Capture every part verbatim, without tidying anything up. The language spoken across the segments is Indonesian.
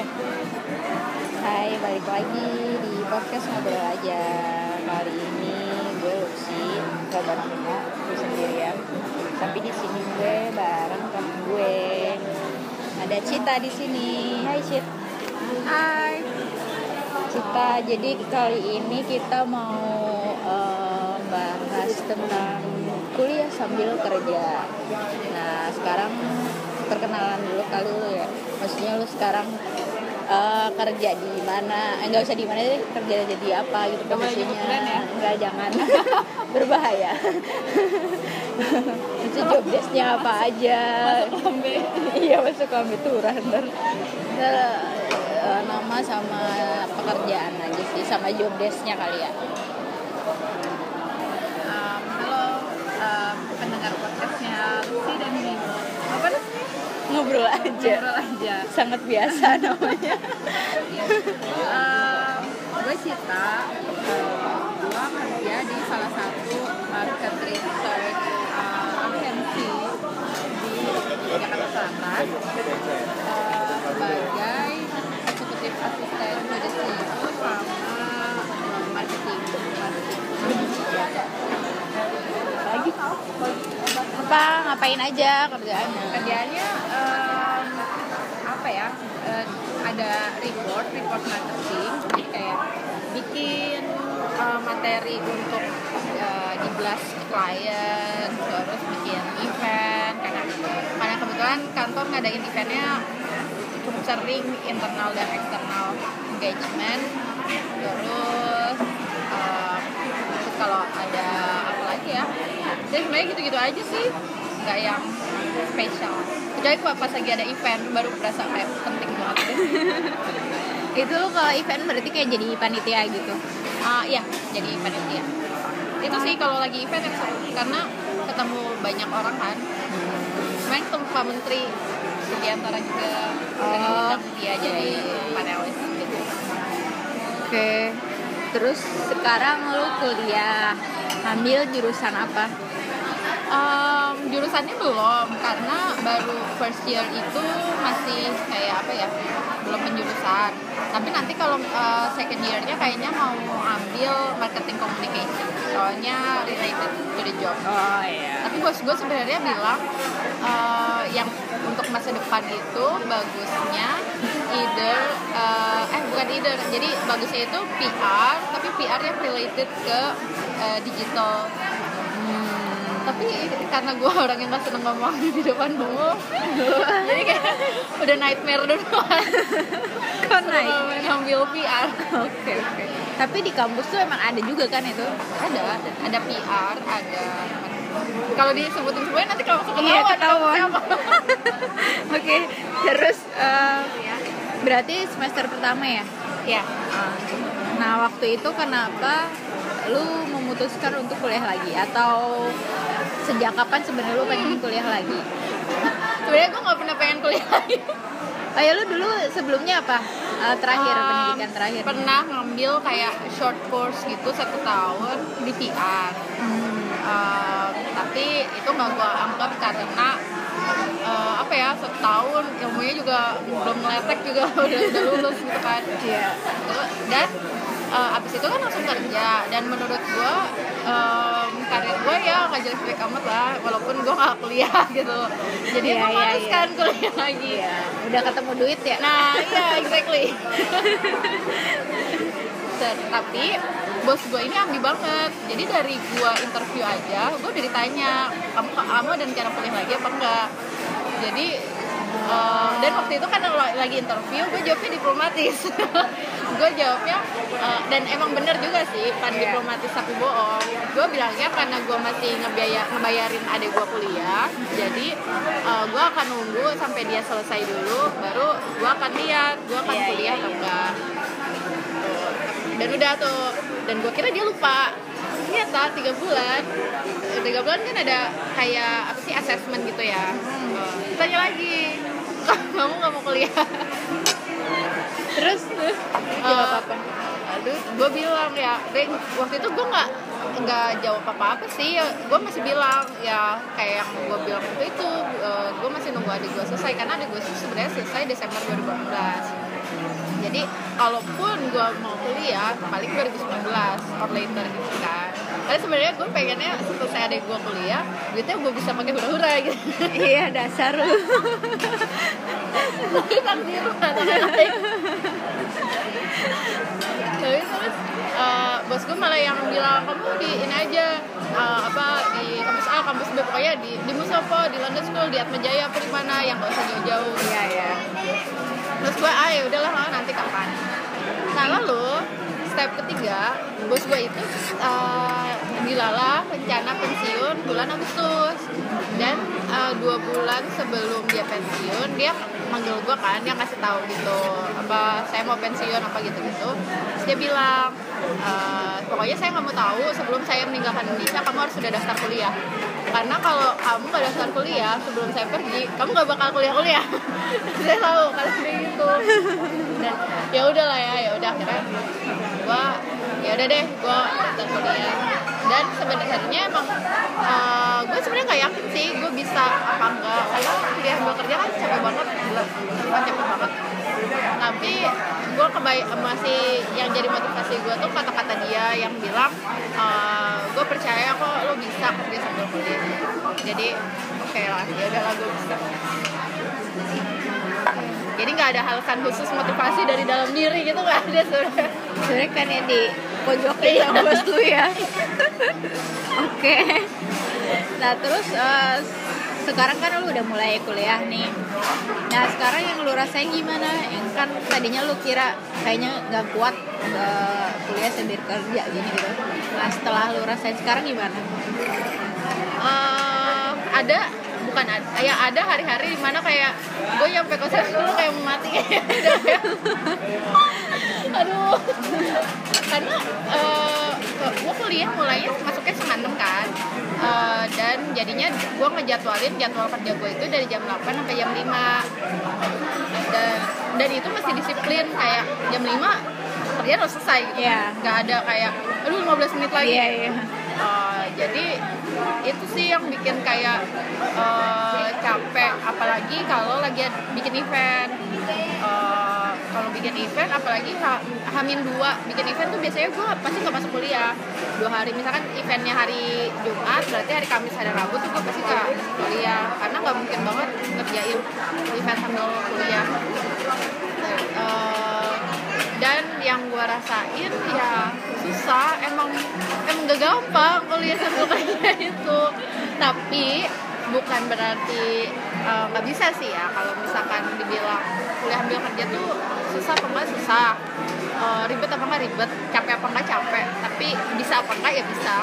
Hai, balik lagi di podcast Ngobrol Aja. Kali ini gue Lucy, gak bareng Nina, gue sendirian. Tapi di sini gue bareng temen gue. Ada Cita di sini. Hai Cit. Hai. Cita. Jadi kali ini kita mau uh, bahas tentang kuliah sambil kerja. Nah, sekarang perkenalan dulu kali lu ya. Maksudnya lu sekarang uh, kerja di mana? Enggak usah di mana deh, kerja jadi apa gitu posisinya. Ya? Enggak, jangan. Berbahaya. Itu job desk-nya apa aja. Masuk lambe. Iya, masuk lambe turun ntar. Uh, nama sama pekerjaan aja sih, sama job desk-nya kali ya. Um, halo um, pendengar podcastnya Lucy dan Nino. Apa nih? Ngobrol aja. Ngobrol aja. Sangat biasa namanya. um, gue Cita. Uh, gue kerja di salah satu market research uh, agency di Jakarta Selatan uh, sebagai eksekutif asisten pada C E O sama uh, marketing marketing Lagi apa ngapain aja kerjaannya? kerjaannya um, apa ya uh, ada report report marketing, jadi kayak bikin uh, materi untuk uh, di blast klien, terus bikin event karena karena kebetulan kantor ngadain eventnya cukup sering, internal dan eksternal engagement. Terus uh, terus kalau ada apa lagi ya, jadi sebenarnya gitu-gitu aja sih, nggak yang spesial. Kecuali pas lagi ada event baru berasa kayak penting banget. Itu kalau event berarti kayak jadi panitia gitu. Ah uh, iya, jadi panitia. Itu sih kalau lagi event yang seru, karena ketemu banyak orang kan. Main ketemu Pak Menteri, di antara juga Oh, dia jadi panelis gitu. Oke. Terus sekarang lu kuliah, ambil jurusan apa? Um, jurusannya belum, karena baru first year itu masih kayak apa ya, belum penjurusan. Tapi nanti kalau uh, second year-nya kayaknya mau ambil marketing communication, soalnya related to the job. Oh iya. Tapi bos gue sebenarnya bilang uh, yang untuk masa depan itu bagusnya either uh, eh bukan either, jadi bagusnya itu P R, tapi P R yang related ke uh, digital. Hmm. Tapi karena gue orang yang nggak seneng ngomong di depan umum, jadi kayak udah nightmare duluan. Kok naik? Ngambil P R. Oke oke. Tapi di kampus tuh emang ada juga kan itu? Ada, ada, ada P R, ada. Kalau disebutin semuanya nanti kalau masuk Iya, ketahuan. ketahuan. Oke, terus uh, berarti semester pertama ya? Ya. Nah, waktu itu kenapa lu memutuskan untuk kuliah lagi? Atau sejak kapan sebenarnya lu pengen kuliah lagi? Sebenarnya gue nggak pernah pengen kuliah lagi. Oh ya, lu dulu sebelumnya apa? Uh, terakhir, Um, pendidikan terakhir? Pernah ngambil kayak short course gitu satu tahun di P R. Hmm. Uh, tapi itu nggak gue anggap karena uh, apa ya, setahun ilmunya juga belum meletek juga udah udah lulus gitu kan. Iya. Dan uh, abis itu kan langsung kerja, dan menurut gue um, karir gue ya nggak jelek-jelek amat lah, walaupun gue nggak kuliah gitu. Jadi Iya, gue iya, males iya. kan kuliah lagi. Iya. Udah ketemu duit ya? Nah iya, exactly. Tapi bos gue ini ambi banget. Jadi dari gue interview aja, gue udah ditanya, kamu kamu dan cara kuliah lagi apa enggak. Jadi uh, dan waktu itu kan lagi interview, gue jawabnya diplomatis. Gue jawabnya uh, dan emang bener juga sih, pan Yeah. diplomatis tapi bohong. Gue bilangnya karena gue masih ngebiaya, ngebayarin adik gue kuliah, jadi uh, gue akan nunggu sampai dia selesai dulu, baru gue akan lihat gue akan Yeah, kuliah yeah, atau yeah. enggak. Dan udah tuh, dan gue kira dia lupa. Ternyata tiga bulan tiga bulan kan ada kayak apa sih, assessment gitu ya. hmm. Tanya lagi, kamu nggak mau kuliah? Terus terus jawab Uh, apa? Aduh, gue bilang ya, Deng, waktu itu gue nggak nggak jawab apa-apa sih. Gue masih bilang ya kayak yang gue bilang waktu itu, uh, gue masih nunggu adik gue selesai, karena adik gue sebenarnya selesai Desember dua ribu delapan belas. Jadi kalaupun gue mau kuliah paling dua ribu sembilan belas or later gitu kan. Karena sebenarnya gue pengennya selesai adek gue kuliah, duitnya gue bisa pakai hura-hura gitu. Iya, dasar lu. Tapi takdir atau naik. Tapi terus uh, bos gue malah yang bilang kamu di ini aja uh, apa di kampus A, kampus B, pokoknya di di Musopo, di London School, di Atma Jaya apa di mana yang nggak usah jauh-jauh. Iya ya. Terus gue ah ya udahlah nanti kapan. Nah lalu step ketiga bos gue itu uh, dilala rencana pensiun bulan Agustus dan uh, dua bulan sebelum dia pensiun dia manggil gue kan, dia ngasih tahu gitu apa saya mau pensiun apa gitu gitu. Terus dia bilang uh, pokoknya saya nggak mau tahu sebelum saya meninggalkan Indonesia kamu harus sudah daftar kuliah, karena kalau kamu nggak daftar kuliah sebelum saya pergi kamu nggak bakal kuliah-kuliah. Saya tahu kalau kayak gitu. Dan ya udahlah ya ya udah akhirnya gue ya udah deh gue daftar kuliah. Dan sebenarnya emang uh, gue sebenarnya nggak yakin sih gue bisa apa enggak, karena kuliah gue kerja kan capek banget, gila, kan capek banget. Tapi gue kebaik masih yang jadi motivasi gue tuh kata-kata dia yang bilang uh, gue percaya kok lo bisa kerja sambil kuliah. Jadi oke okay lah, ya udahlah gue bisa. Jadi nggak ada alasan khusus motivasi dari dalam diri gitu, nggak ada sebenarnya. Sebenarnya kan yang di pojokin sama bos lu ya. Oke. Nah terus uh, sekarang kan lu udah mulai kuliah nih. Nah sekarang yang lu rasain gimana? Yang kan tadinya lu kira kayaknya nggak kuat uh, kuliah sambil kerja gini gitu. Nah setelah lu rasain sekarang gimana? Uh, ada bukan ada, ya ada hari-hari dimana kayak gue nyampe kosan dulu kayak mau mati kayak aduh karena uh, gue kuliah mulainya masuknya setengah enam kan, uh, dan jadinya gue ngejadwalin jadwal kerja gue itu dari jam delapan sampai jam lima, dan dan itu masih disiplin kayak jam lima kerjaan udah selesai gitu. Yeah. Nggak ada kayak aduh lima belas menit lagi. Yeah, yeah. Uh, jadi itu sih yang bikin kayak uh, capek, apalagi kalau lagi bikin event. Uh, kalau bikin event, apalagi ha, hamin dua bikin event tuh biasanya gue pasti nggak masuk kuliah dua hari. Misalkan eventnya hari Jumat, berarti hari Kamis ada Rabu tuh gue pasti nggak masuk kuliah karena nggak mungkin banget ngerjain event sambil kuliah. Uh, dan yang gue rasain ya susah, emang emang gak gampang kuliah sambil kerja itu. Tapi bukan berarti nggak uh, bisa sih ya. Kalau misalkan dibilang kuliah sambil kerja tuh susah apa nggak susah, uh, ribet apa nggak ribet, capek apa nggak capek, tapi bisa apa nggak ya bisa.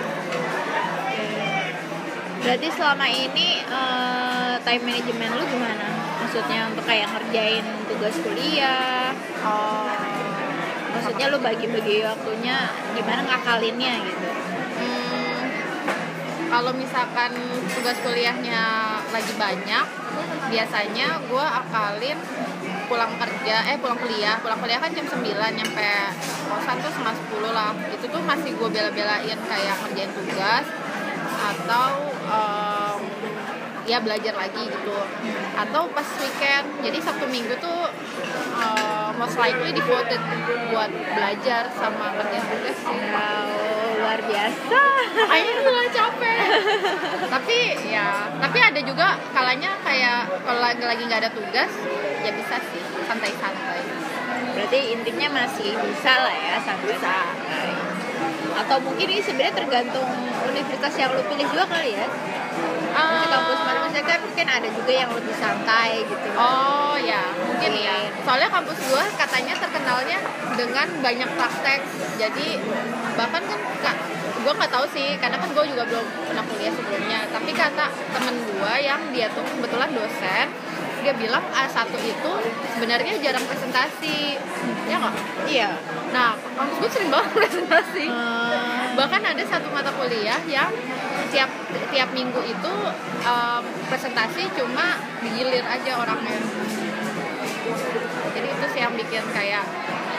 Berarti selama ini uh, time management lu gimana? Maksudnya untuk kayak ngerjain tugas kuliah, Oh, maksudnya lu bagi-bagi waktunya gimana ngakalinnya gitu? Hmm, kalau misalkan tugas kuliahnya lagi banyak, biasanya gue akalin pulang kerja, eh pulang kuliah, pulang kuliah kan jam sembilan, nyampe kosan tuh setengah sepuluh lah. Itu tuh masih gue bela-belain kayak kerjain tugas atau um, ya belajar lagi gitu. Atau pas weekend, jadi Sabtu Minggu tuh uh, most likely devoted buat belajar sama kerjaan tugas. Wow, luar biasa. Kayaknya gue capek. Tapi ya, tapi ada juga kalanya kayak kalau lagi lagi nggak ada tugas, ya bisa sih santai-santai. Berarti intinya masih bisa lah ya, santai-santai. Atau mungkin ini sebenarnya tergantung universitas yang lu pilih juga kali ya. Di kampus mana misalnya kan mungkin ada juga yang lebih santai gitu. Oh ya, mungkin ya. Soalnya kampus gue katanya terkenalnya dengan banyak praktek. Jadi bahkan kan kak, gue nggak tahu sih, karena kan gue juga belum pernah kuliah sebelumnya. Tapi kata temen gue yang dia tuh kebetulan dosen, dia bilang A satu itu sebenarnya jarang presentasi, ya nggak? Iya. Nah, kampus gue sering banget presentasi. Hmm. Bahkan ada satu mata kuliah yang tiap tiap minggu itu um, presentasi cuma digilir aja orangnya. Jadi itu sih yang bikin kayak.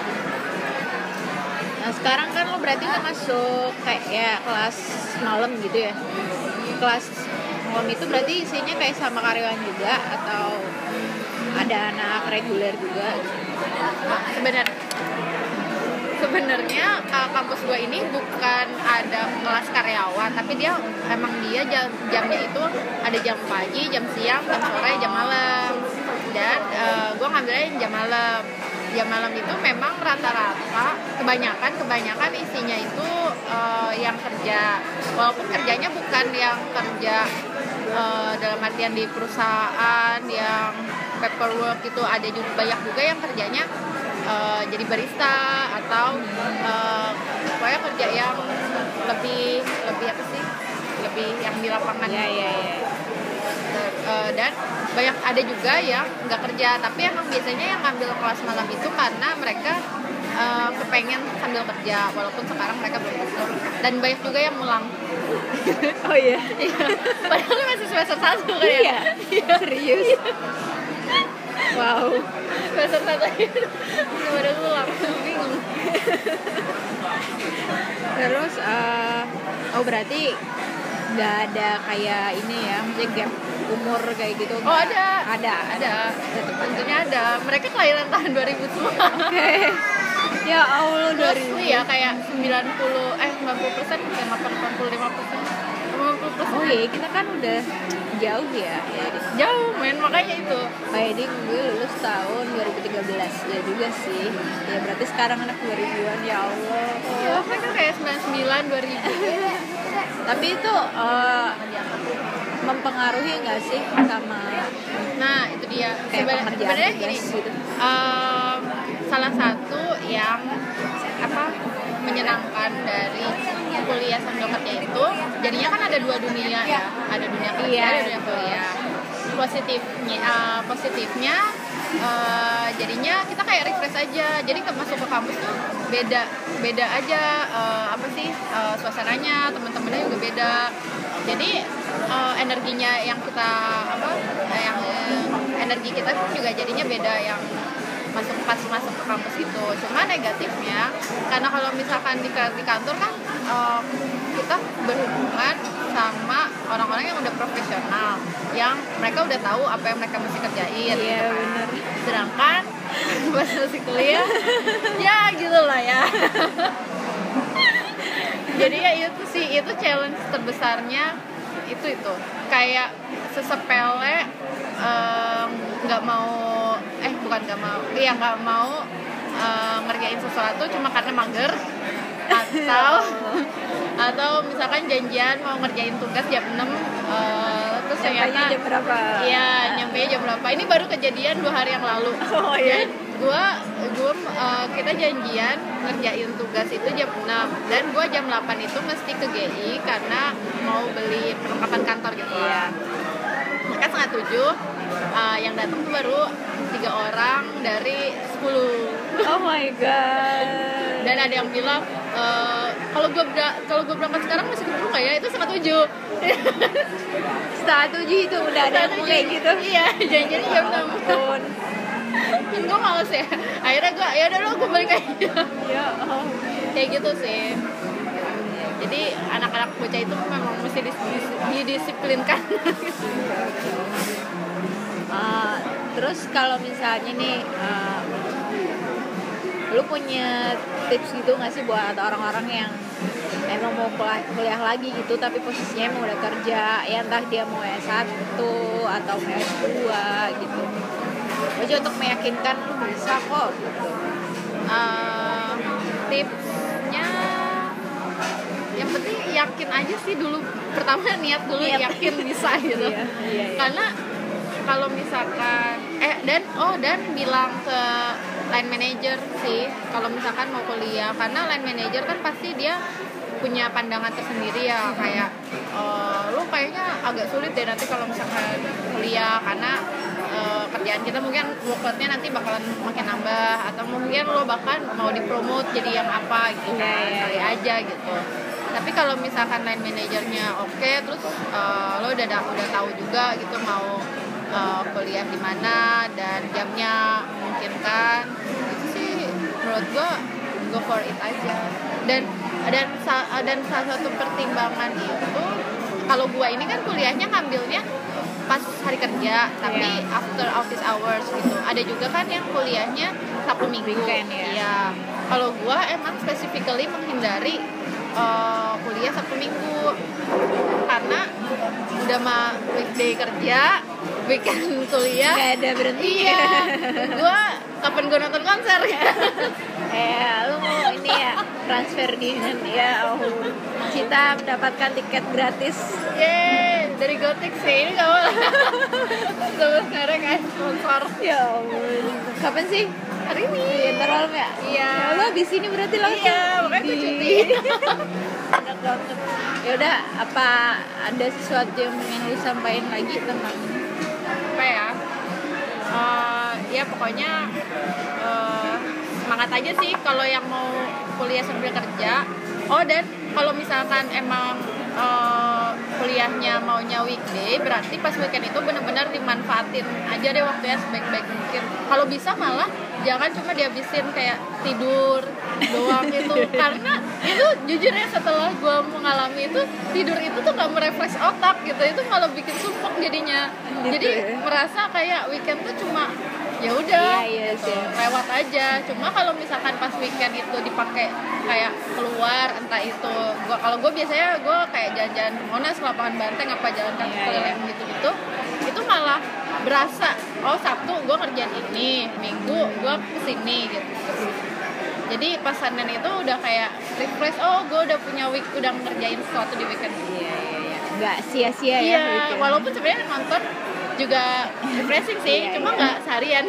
Nah sekarang kan lo berarti udah masuk kayak ya kelas malam gitu ya. Kelas malam itu berarti isinya kayak sama karyawan juga atau ada anak reguler juga. Sebenarnya sebenarnya uh, kampus gue ini bukan ada kelas karyawan, tapi dia emang dia jam, jamnya itu ada jam pagi, jam siang, jam sore, jam malam. Dan uh, gue ngambilnya jam malam. Jam malam itu memang rata-rata kebanyakan kebanyakan isinya itu uh, yang kerja, walaupun kerjanya bukan yang kerja uh, dalam artian di perusahaan yang paperwork itu, ada juga banyak juga yang kerjanya Uh, jadi barista atau uh, pokoknya kerja yang lebih lebih apa sih lebih yang di lapangan ya, ya, ya. Uh, dan banyak ada juga yang nggak kerja, tapi emang biasanya yang ngambil kelas malam itu karena mereka uh, kepengen sambil kerja, walaupun sekarang mereka belum kerja, dan banyak juga yang mulang. Oh iya. Padahal masih semester satu kan ya? Iya. Serius. Wow. Semester satu udah pulang, bingung. Terus uh, oh berarti nggak ada kayak ini ya, maksudnya gap umur kayak gitu? Oh ada, ada, ada, tentunya ada. Mereka kelahiran tahun dua ribu semua. Oke. Okay. Ya Allah, dua ribu. Ya kayak sembilan puluh eh sembilan puluh persen, delapan puluh lima persen, lima puluh persen. Oh iya, kita kan udah jauh ya, ya jauh men, makanya itu kayak di gue lulus tahun dua ribu tiga belas ya juga sih ya, berarti sekarang anak dua ribuan. Ya Allah, oh mereka kayak sembilan puluh sembilan dua ribu. Tapi itu uh, mempengaruhi nggak sih sama, nah itu dia Seben- sebenarnya gini gitu. um, salah satu yang apa menyenangkan dari kuliah sambil kerja itu, jadinya kan ada dua dunia ya, ada dunia kerja, iya, ada dunia kuliah. Positifnya, uh, positifnya uh, jadinya kita kayak refresh aja, jadi masuk ke kampus tuh beda, beda aja uh, apa sih uh, suasananya, teman-temannya juga beda. Jadi uh, energinya yang kita apa, yang uh, energi kita juga jadinya beda yang masuk pas masuk ke kampus itu. Cuma negatifnya karena kalau misalkan di, di kantor kan um, kita berhubungan sama orang-orang yang udah profesional, yang mereka udah tahu apa yang mereka mesti kerjain. Iya gitu kan. benar. Sedangkan pas masih kuliah ya gitulah ya. Jadi ya itu sih, itu challenge terbesarnya itu itu kayak sesepele nggak um, mau eh bukan nggak mau iya nggak mau uh, ngerjain sesuatu cuma karena mager, atau atau misalkan janjian mau ngerjain tugas jam enam uh, terus ternyata jam berapa? Iya, nyampe jam berapa? Ini baru kejadian dua hari yang lalu. Oh iya. Gua gua uh, kita janjian ngerjain tugas itu jam enam dan gua jam delapan itu mesti ke G I karena mau beli perlengkapan kantor gitu. Iya. Maka setengah tujuh uh, yang datang tuh baru tiga orang dari sepuluh. Oh my god. Dan ada yang bilang e, kalau gue ber- kalau gue berangkat sekarang masih keburu nggak ya? Itu setengah tujuh. Setengah tujuh itu udah ada kayak gitu. Iya, janjiannya jam enam. Ampun. Dan gue males ya. Akhirnya gue ya udah lo gue balik aja. Ya oh. Kayak gitu sih. Jadi anak-anak bocah itu memang mesti dis- didisiplinkan. Uh, terus kalau misalnya nih uh, lu punya tips gitu nggak sih buat orang-orang yang emang mau kuliah, kuliah lagi gitu tapi posisinya emang udah kerja ya, entah dia mau S satu atau S dua gitu, aja untuk meyakinkan lu bisa kok gitu. Uh, tipsnya yang penting yakin aja sih dulu, pertama niat dulu, niat. Yakin bisa gitu. Iya, iya, iya. Karena kalau misalkan eh dan oh dan bilang ke line manager sih kalau misalkan mau kuliah, karena line manager kan pasti dia punya pandangan tersendiri ya, kayak uh, lu kayaknya agak sulit deh nanti kalau misalkan kuliah karena uh, kerjaan kita mungkin workload-nya nanti bakalan makin nambah, atau mungkin lo bahkan mau dipromote jadi yang apa gitu kan, kali aja gitu. Tapi kalau misalkan line manajernya oke, okay, terus uh, lo udah udah tahu juga gitu mau uh, kuliah di mana dan jamnya memungkinkan, itu sih menurut gua go for it aja. Dan dan dan salah satu pertimbangan itu, kalau gua ini kan kuliahnya ngambilnya pas hari kerja tapi Iya. after office hours gitu. Ada juga kan yang kuliahnya Sabtu Minggu. Weekend, ya. Iya. Kalau gua emang specifically menghindari uh, kuliah Sabtu Minggu karena udah mah weekday kerja, weekend kuliah. Gak ada berhenti. Iya. Gua kapan gua nonton konser ya? Eh, lu mau ini ya transfer di ya, oh, Cita mendapatkan tiket gratis. Yeay, dari Gothic sih, ini gak mau. Sebenarnya kayak sponsor. Ya ampun. Kapan sih? Hari ini. Iya, ntar malam ya? Iya. Ya Allah, abis ini berarti langsung. Iya, makanya gue cuti. Enak banget. Ya udah, apa ada sesuatu yang ingin disampaikan lagi tentang Apa ya? Uh, ya pokoknya uh, semangat aja sih kalau yang mau kuliah sambil kerja. Oh, dan kalau misalkan emang uh, kuliahnya maunya weekday, berarti pas weekend itu benar-benar dimanfaatin aja deh waktunya sebaik-baik mungkin. Kalau bisa malah jangan cuma dihabisin kayak tidur doang gitu. Karena itu jujur ya, setelah gue mengalami itu, tidur itu tuh gak merefresh otak gitu. Itu malah bikin sumpek jadinya. Gitu Jadi ya? merasa kayak weekend tuh cuma ya udah Iya, iya gitu, sih. lewat aja. Cuma kalau misalkan pas weekend itu dipakai kayak keluar, entah itu gua kalau gue biasanya gue kayak jalan-jalan ke Monas, lapangan Banteng, apa jalan kaki Iya, keliling iya. gitu-gitu, itu malah berasa oh Sabtu gue ngerjain ini, Minggu gue kesini gitu. Jadi pas Senin itu udah kayak refresh, oh gue udah punya week, udah ngerjain sesuatu di weekend. Iya, iya, iya. Nggak sia-sia ya Iya, weekend. walaupun sebenarnya nonton juga refreshing sih, Iya, cuma iya. nggak seharian.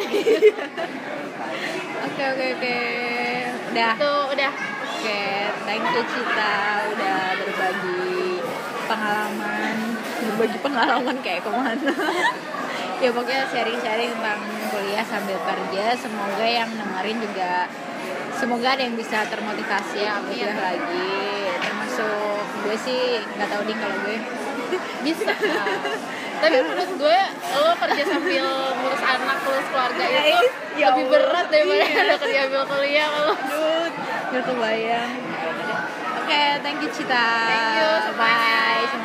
Oke, oke, oke. Udah. Itu udah. Oke, thank you Cita udah berbagi pengalaman, berbagi pengalaman kayak kemana. Ya pokoknya sharing-sharing tentang kuliah sambil kerja. Semoga yang dengerin juga, semoga ada yang bisa termotivasi ya kuliah lagi. Termasuk gue sih nggak tahu nih kalau gue Bisa. Tapi menurut gue lo kerja sambil ngurus anak, ngurus keluarga itu Ya lebih Allah. berat daripada Iya. lo kerja sambil kuliah kalau. Dude, gak kebayang. Oke, thank you Cita. Thank you semuanya. Bye.